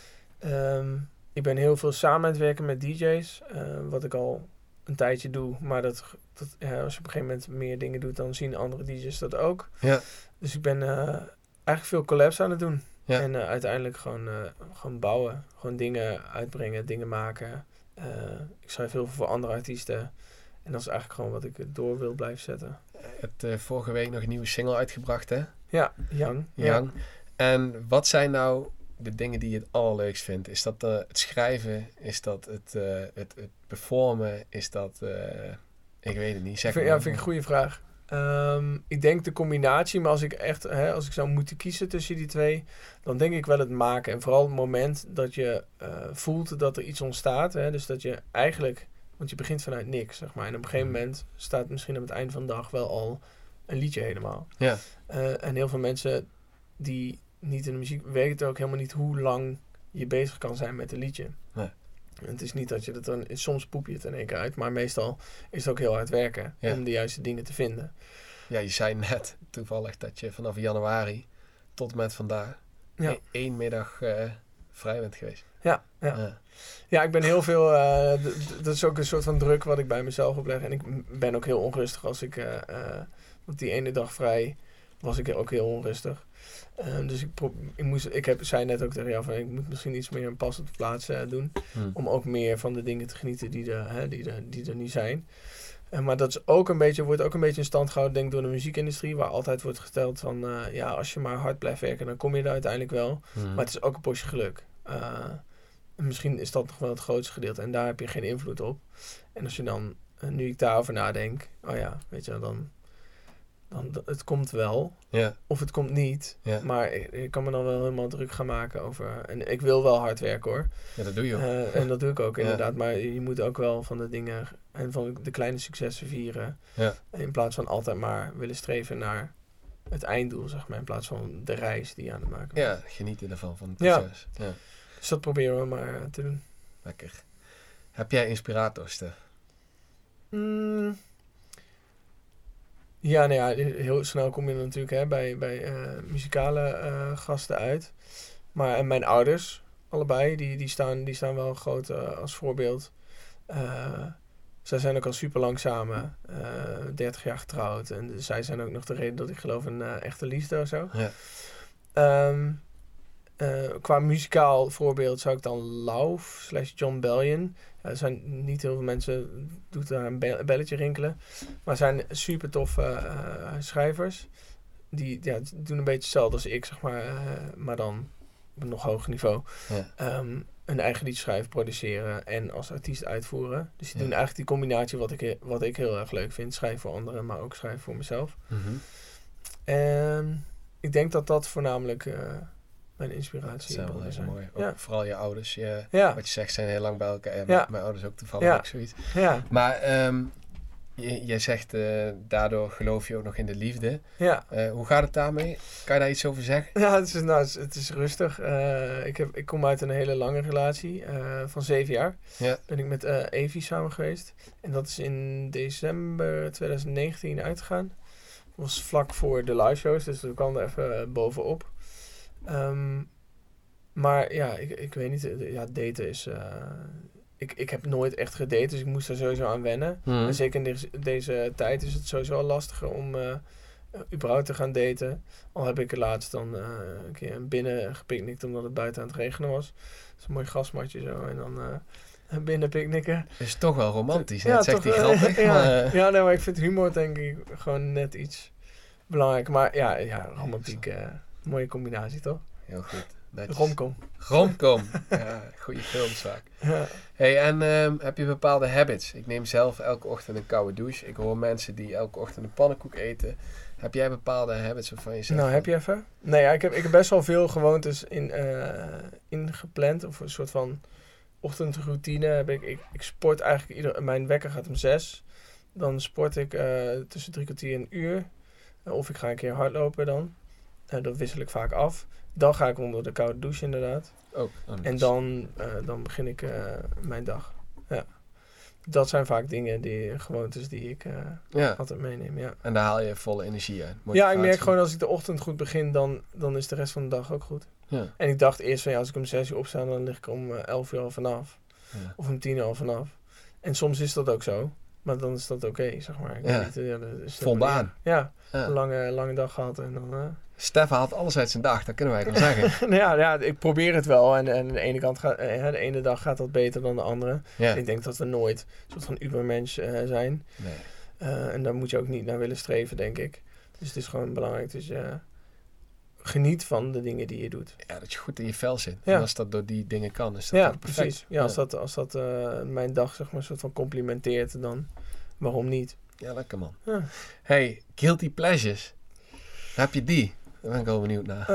Ik ben heel veel samen aan het werken met DJ's. Wat ik al een tijdje doe. Maar als je op een gegeven moment meer dingen doet, dan zien andere DJ's dat ook. Ja. Dus ik ben eigenlijk veel collabs aan het doen. Ja. En uiteindelijk gewoon bouwen. Gewoon dingen uitbrengen, dingen maken. Ik schrijf heel veel voor andere artiesten. En dat is eigenlijk gewoon wat ik door wil blijven zetten. Je hebt vorige week nog een nieuwe single uitgebracht, hè? Ja, Young. Ja. En wat zijn nou de dingen die je het allerleukst vindt? Is dat het schrijven? Is dat het performen? Is dat... ik weet het niet. Vind ik een goede vraag. Ik denk de combinatie, maar als ik zou moeten kiezen tussen die twee, dan denk ik wel het maken. En vooral het moment dat je voelt dat er iets ontstaat. Hè? Dus dat je eigenlijk, want je begint vanuit niks, zeg maar. En op een gegeven moment staat misschien aan het eind van de dag wel al een liedje helemaal. Ja. En heel veel mensen die niet in de muziek weten ook helemaal niet hoe lang je bezig kan zijn met een liedje. Nee. En het is niet dat je dat dan... Soms poep je het in één keer uit. Maar meestal is het ook heel hard werken om de juiste dingen te vinden. Ja, je zei net toevallig dat je vanaf januari tot en met vandaag 1 middag vrij bent geweest. Ja, ik ben heel veel... dat is ook een soort van druk wat ik bij mezelf opleg. En ik ben ook heel onrustig als ik... op die ene dag vrij was ik ook heel onrustig. Dus ik zei net ook tegen jou van ik moet misschien iets meer een pas op de plaats doen. Om ook meer van de dingen te genieten die er niet zijn. Maar dat is ook wordt ook een beetje in stand gehouden, denk ik, door de muziekindustrie. Waar altijd wordt gesteld van als je maar hard blijft werken, dan kom je er uiteindelijk wel. Maar het is ook een portie geluk. Misschien is dat nog wel het grootste gedeelte. En daar heb je geen invloed op. En als je dan, nu ik daarover nadenk, weet je, dan het komt wel. Ja. Of het komt niet. Ja. Maar ik kan me dan wel helemaal druk gaan maken over... En ik wil wel hard werken, hoor. Ja, dat doe je ook. En dat doe ik ook, inderdaad. Maar je moet ook wel van de dingen... En van de kleine successen vieren. Ja. In plaats van altijd maar willen streven naar het einddoel, zeg maar. In plaats van de reis die je aan het maken bent. Ja, genieten ervan, van het proces. Ja. Dus dat proberen we maar te doen. Lekker. Heb jij inspirators, Stef? Ja, heel snel kom je natuurlijk bij muzikale gasten uit. Maar mijn ouders, allebei, die staan wel groot als voorbeeld. Zij zijn ook al super lang samen, 30 jaar getrouwd. En zij zijn ook nog de reden dat ik geloof in echte liefde of zo. Ja. qua muzikaal voorbeeld zou ik dan Lauf / Jon Bellion. Er zijn niet heel veel mensen doet daar een belletje rinkelen. Maar zijn super toffe schrijvers. Die doen een beetje hetzelfde als ik, zeg maar dan op een nog hoger niveau. Ja. Een eigen lied schrijven, produceren en als artiest uitvoeren. Dus die doen eigenlijk die combinatie wat ik heel erg leuk vind. Schrijven voor anderen, maar ook schrijven voor mezelf. Mm-hmm. En ik denk dat voornamelijk mijn inspiratie is. Dat is wel mooi. Ja. Ook vooral je ouders. Wat je zegt, zijn heel lang bij elkaar. Mijn ouders ook toevallig ook zoiets. Ja. Maar jij zegt, daardoor geloof je ook nog in de liefde. Ja. Hoe gaat het daarmee? Kan je daar iets over zeggen? Ja, het is rustig. Ik kom uit een hele lange relatie van 7 jaar. Ja. Ben ik met Evie samen geweest. En dat is in december 2019 uitgegaan. Dat was vlak voor de live shows, dus we kwamen er even bovenop. Maar ja, ik weet niet. Daten is... Ik heb nooit echt gedate, dus ik moest er sowieso aan wennen. Mm. En zeker in deze tijd is het sowieso al lastiger om überhaupt te gaan daten. Al heb ik er laatst dan een keer binnen gepicnict omdat het buiten aan het regenen was. Dat is een mooi grasmatje zo en dan binnen picknicken. Dat is toch wel romantisch, net zegt hij grappig. Maar ik vind humor denk ik gewoon net iets belangrijker. Maar ja romantiek, mooie combinatie toch? Heel goed. Romcom. Ja, goede films vaak. Ja. Hey, en heb je bepaalde habits? Ik neem zelf elke ochtend een koude douche. Ik hoor mensen die elke ochtend een pannenkoek eten. Heb jij bepaalde habits waarvan je zegt... Nou, heb je even? Nee, ik heb best wel veel gewoontes ingepland. Of een soort van ochtendroutine. Ik sport eigenlijk mijn wekker gaat om 6. Dan sport ik tussen 3 kwartier en een uur. Of ik ga een keer hardlopen dan. Dat wissel ik vaak af. Dan ga ik onder de koude douche inderdaad. En dan begin ik mijn dag. Ja. Dat zijn vaak gewoontes die ik altijd meeneem. Ja. En daar haal je volle energie uit. Ja, ik merk gewoon als ik de ochtend goed begin, dan is de rest van de dag ook goed. Ja. En ik dacht eerst van als ik om 6 uur opsta, dan lig ik om 11 uur al vanaf. Ja. Of om 10 uur al vanaf. En soms is dat ook zo. Maar dan is dat oké, zeg maar. Voldaan. Een lange dag gehad en dan... Stef haalt alles uit zijn dag, dat kunnen wij wel zeggen. Ja, ik probeer het wel. En de ene kant de ene dag gaat dat beter dan de andere. Ja. Ik denk dat we nooit een soort van ubermensch zijn. Nee. En daar moet je ook niet naar willen streven, denk ik. Dus het is gewoon belangrijk dat je geniet van de dingen die je doet. Ja, dat je goed in je vel zit. Ja. En als dat door die dingen kan, is dat perfect. Precies. Ja, als dat mijn dag zeg maar een soort van complimenteert, dan waarom niet? Ja, lekker man. Ja. Hey, guilty pleasures. Heb je die? Daar ben ik wel benieuwd naar.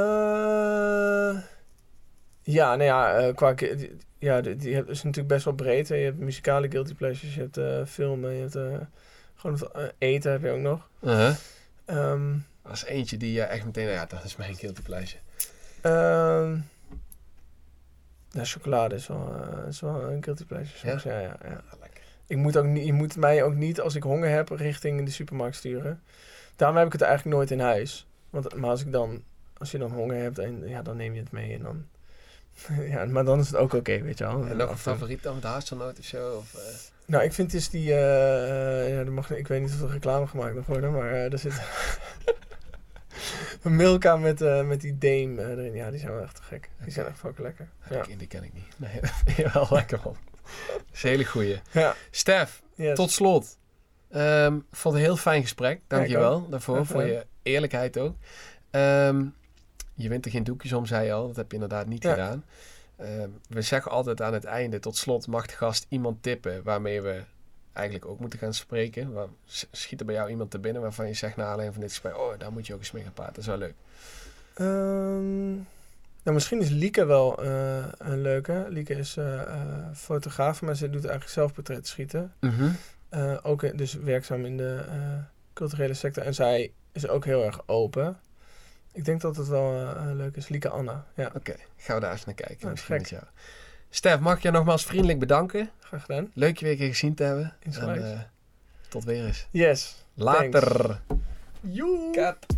Die is natuurlijk best wel breed. Hè. Je hebt muzikale guilty pleasures, je hebt filmen, je hebt gewoon eten heb je ook nog. Dat is eentje die je echt meteen... dat is mijn guilty pleasure. Chocolade is wel een guilty pleasure. Soms. Ja. Lekker. Je moet mij ook niet, als ik honger heb, richting de supermarkt sturen. Daarom heb ik het eigenlijk nooit in huis. Maar als je dan honger hebt, dan neem je het mee en dan... maar dan is het ook oké, weet je wel. En nog een favoriet dan met hazelnoot of zo? Of, Nou, ik vind dus die... ik weet niet of er reclame gemaakt mag worden, maar er zit... een Milka met die Dame erin. Ja, die zijn wel echt te gek. Die zijn echt fucking lekker. Die ken ik niet. Nee, wel lekker man. Dat is een hele goeie. Ja. Stef, tot slot. Vond het een heel fijn gesprek. Dank je wel daarvoor. Voor je eerlijkheid ook. Je wint er geen doekjes om, zei je al. Dat heb je inderdaad niet gedaan. We zeggen altijd aan het einde, tot slot mag de gast iemand tippen waarmee we eigenlijk ook moeten gaan spreken. Schiet er bij jou iemand te binnen waarvan je zegt na aanleiding van dit gesprek, daar moet je ook eens mee gaan praten. Dat is wel leuk. Misschien is Lieke wel een leuke. Lieke is fotograaf, maar ze doet eigenlijk zelfportret schieten. Mm-hmm. Ook dus werkzaam in de culturele sector. En zij is ook heel erg open. Ik denk dat het wel leuk is. Lieke Anna. Ja. Oké, gaan we daar eens naar kijken. Misschien met jou. Stef, mag ik je nogmaals vriendelijk bedanken. Graag gedaan. Leuk je weer een keer gezien te hebben. En tot weer eens. Yes. Later. Joe. Kat.